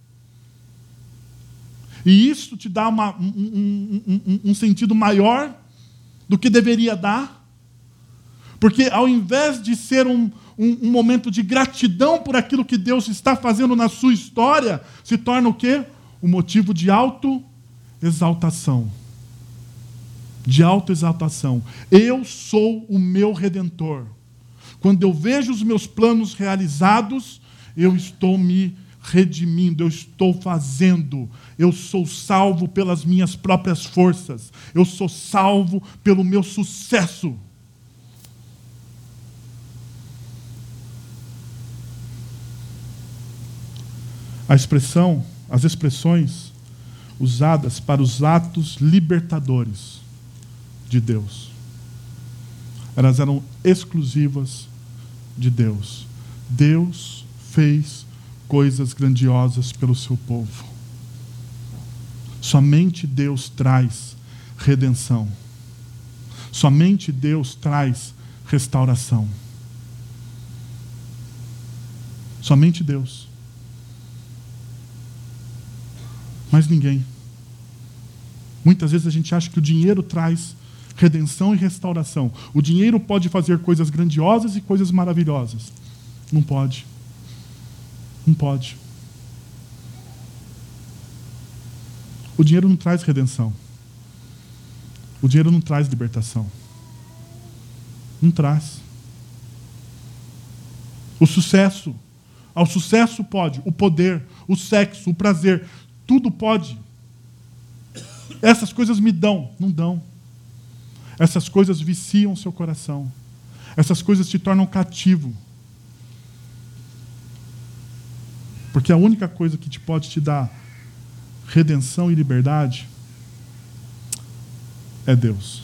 E isso te dá uma, um, um, um, um sentido maior do que deveria dar. Porque ao invés de ser um, um, um momento de gratidão por aquilo que Deus está fazendo na sua história, se torna o quê? Um motivo de autoexaltação. De autoexaltação. Eu sou o meu Redentor. Quando eu vejo os meus planos realizados, eu estou me redimindo, eu estou fazendo. Eu sou salvo pelas minhas próprias forças. Eu sou salvo pelo meu sucesso. A expressão, as expressões usadas para os atos libertadores de Deus, elas eram exclusivas de Deus. Deus fez coisas grandiosas pelo seu povo. Somente Deus traz redenção. Somente Deus traz restauração. Somente Deus. Mas ninguém. Muitas vezes a gente acha que o dinheiro traz redenção e restauração. O dinheiro pode fazer coisas grandiosas e coisas maravilhosas. Não pode. Não pode. O dinheiro não traz redenção. O dinheiro não traz libertação. Não traz. O sucesso. Ao sucesso pode. O poder, o sexo, o prazer. Tudo pode. Essas coisas me dão. Não dão. Essas coisas viciam o seu coração. Essas coisas te tornam cativo. Porque a única coisa que te pode te dar redenção e liberdade é Deus.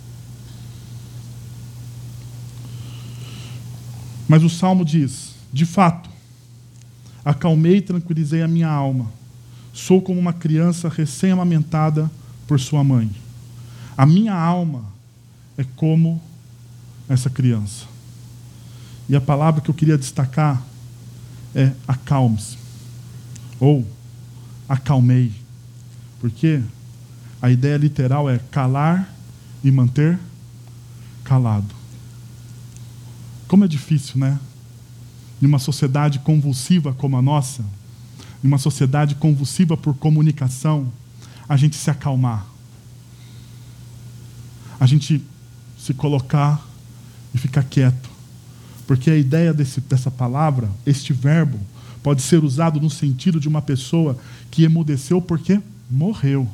Mas o Salmo diz, de fato, acalmei e tranquilizei a minha alma. Sou como uma criança recém-amamentada por sua mãe. A minha alma é como essa criança. E a palavra que eu queria destacar é acalme-se. Ou acalmei. Porque a ideia literal é calar e manter calado. Como é difícil, né? Em uma sociedade convulsiva como a nossa, em uma sociedade convulsiva por comunicação, a gente se acalmar. A gente se colocar e ficar quieto. Porque a ideia desse, dessa palavra, este verbo, pode ser usado no sentido de uma pessoa que emudeceu porque morreu.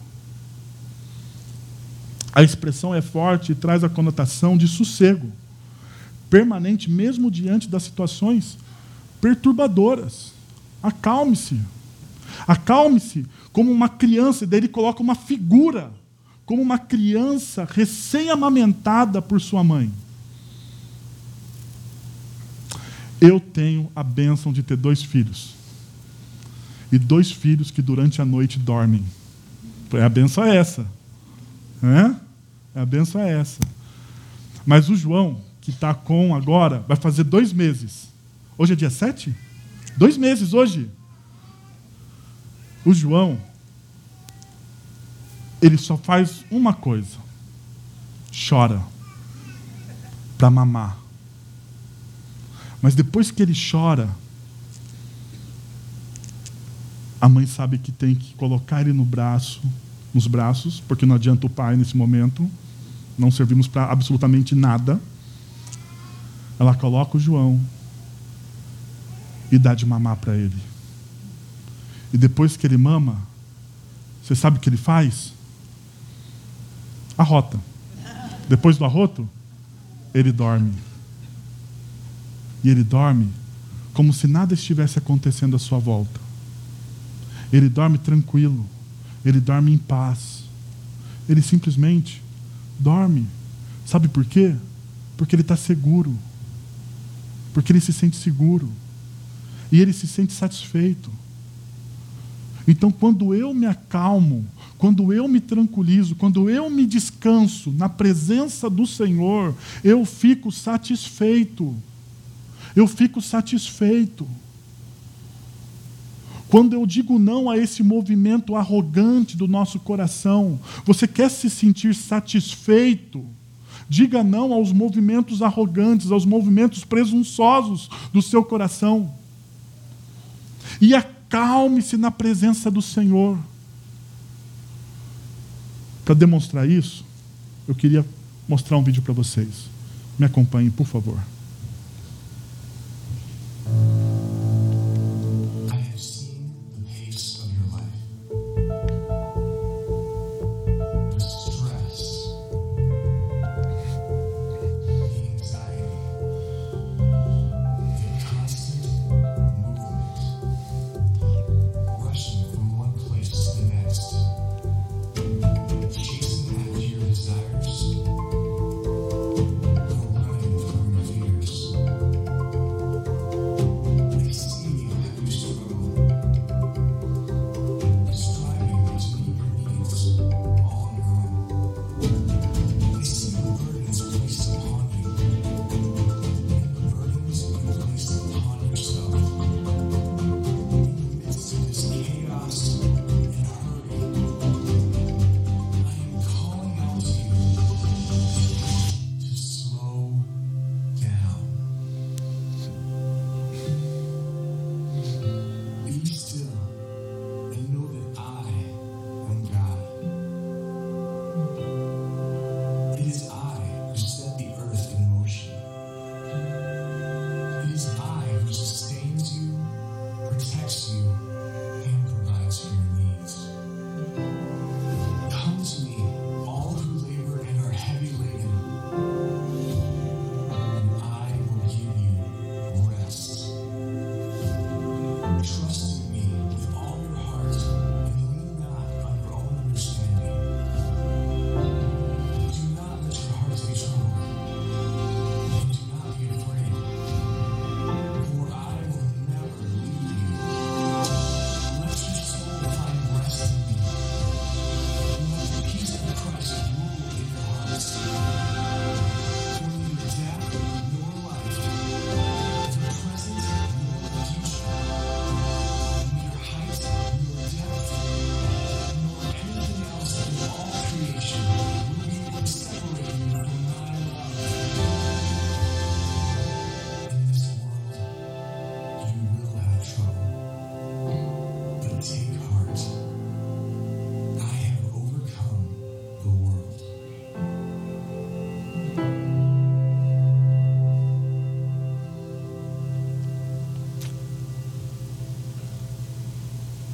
A expressão é forte e traz a conotação de sossego, permanente mesmo diante das situações perturbadoras. Acalme-se. Acalme-se como uma criança, e daí ele coloca uma figura, como uma criança recém-amamentada por sua mãe. Eu tenho a bênção de ter dois filhos. E dois filhos que durante a noite dormem. A bênção é essa. É? A bênção é essa. Mas o João, que está com agora, vai fazer dois meses. Hoje é dia sete? Dois meses hoje. O João, ele só faz uma coisa. Chora. Para mamar. Mas depois que ele chora, a mãe sabe que tem que colocar ele no braço, nos braços, porque não adianta o pai nesse momento, não servimos para absolutamente nada. Ela coloca o João e dá de mamar para ele. E depois que ele mama, você sabe o que ele faz? Arrota. Depois do arroto, ele dorme. E ele dorme como se nada estivesse acontecendo à sua volta. Ele dorme tranquilo. Ele dorme em paz. Ele simplesmente dorme. Sabe por quê? Porque ele está seguro. Porque ele se sente seguro. E ele se sente satisfeito. Então, quando eu me acalmo, quando eu me tranquilizo, quando eu me descanso na presença do Senhor, eu fico satisfeito. Eu fico satisfeito. Quando eu digo não a esse movimento arrogante do nosso coração, você quer se sentir satisfeito? Diga não aos movimentos arrogantes, aos movimentos presunçosos do seu coração. E acalme-se na presença do Senhor. Para demonstrar isso, eu queria mostrar um vídeo para vocês. Me acompanhem, por favor.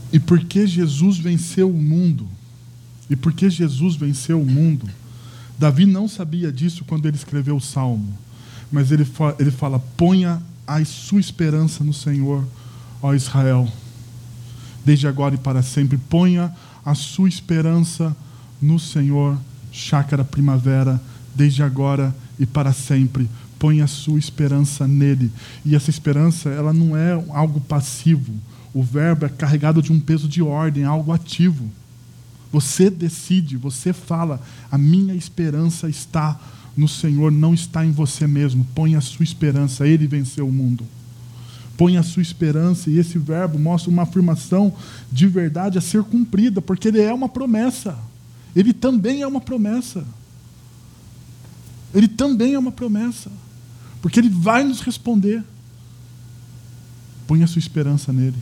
E porque Jesus venceu o mundo, e porque Jesus venceu o mundo, Davi não sabia disso quando ele escreveu o Salmo, mas ele, fa- ele fala, ponha a sua esperança no Senhor, ó Israel, desde agora e para sempre. Ponha a sua esperança no Senhor, Chácara Primavera, desde agora e para sempre. Ponha a sua esperança nele. E essa esperança, ela não é algo passivo. O verbo é carregado de um peso de ordem, algo ativo. Você decide, você fala, a minha esperança está no Senhor, não está em você mesmo. Ponha a sua esperança, ele venceu o mundo. Ponha a sua esperança, e esse verbo mostra uma afirmação de verdade a ser cumprida, porque ele é uma promessa. Ele também é uma promessa. Ele também é uma promessa. Porque ele vai nos responder. Ponha a sua esperança nele.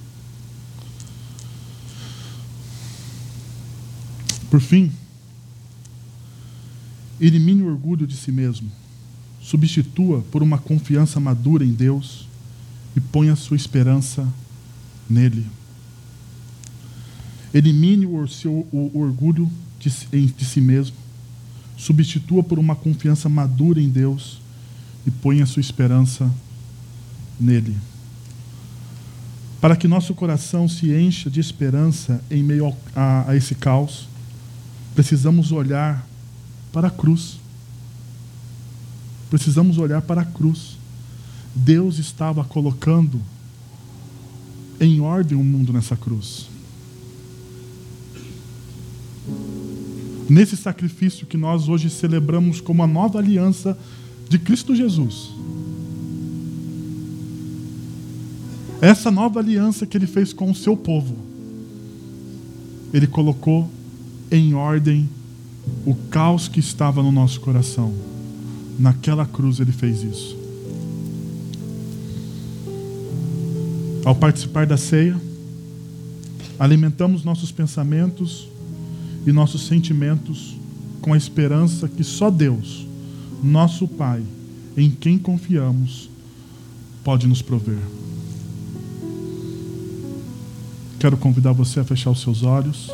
Por fim, elimine o orgulho de si mesmo. Substitua por uma confiança madura em Deus e ponha a sua esperança nele. Elimine o, seu, o orgulho de, de si mesmo. Substitua por uma confiança madura em Deus e ponha a sua esperança nele. Para que nosso coração se encha de esperança em meio ao, a, a esse caos, precisamos olhar para a cruz. Precisamos olhar para a cruz. Deus estava colocando em ordem o mundo nessa cruz. Nesse sacrifício que nós hoje celebramos como a nova aliança de Cristo Jesus. Essa nova aliança que ele fez com o seu povo, ele colocou em ordem o caos que estava no nosso coração. Naquela cruz ele fez isso. Ao participar da ceia, alimentamos nossos pensamentos e nossos sentimentos com a esperança que só Deus, nosso Pai, em quem confiamos, pode nos prover. Quero convidar você a fechar os seus olhos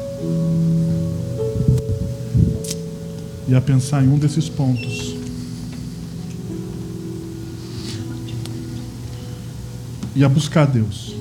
e a pensar em um desses pontos. E a buscar Deus.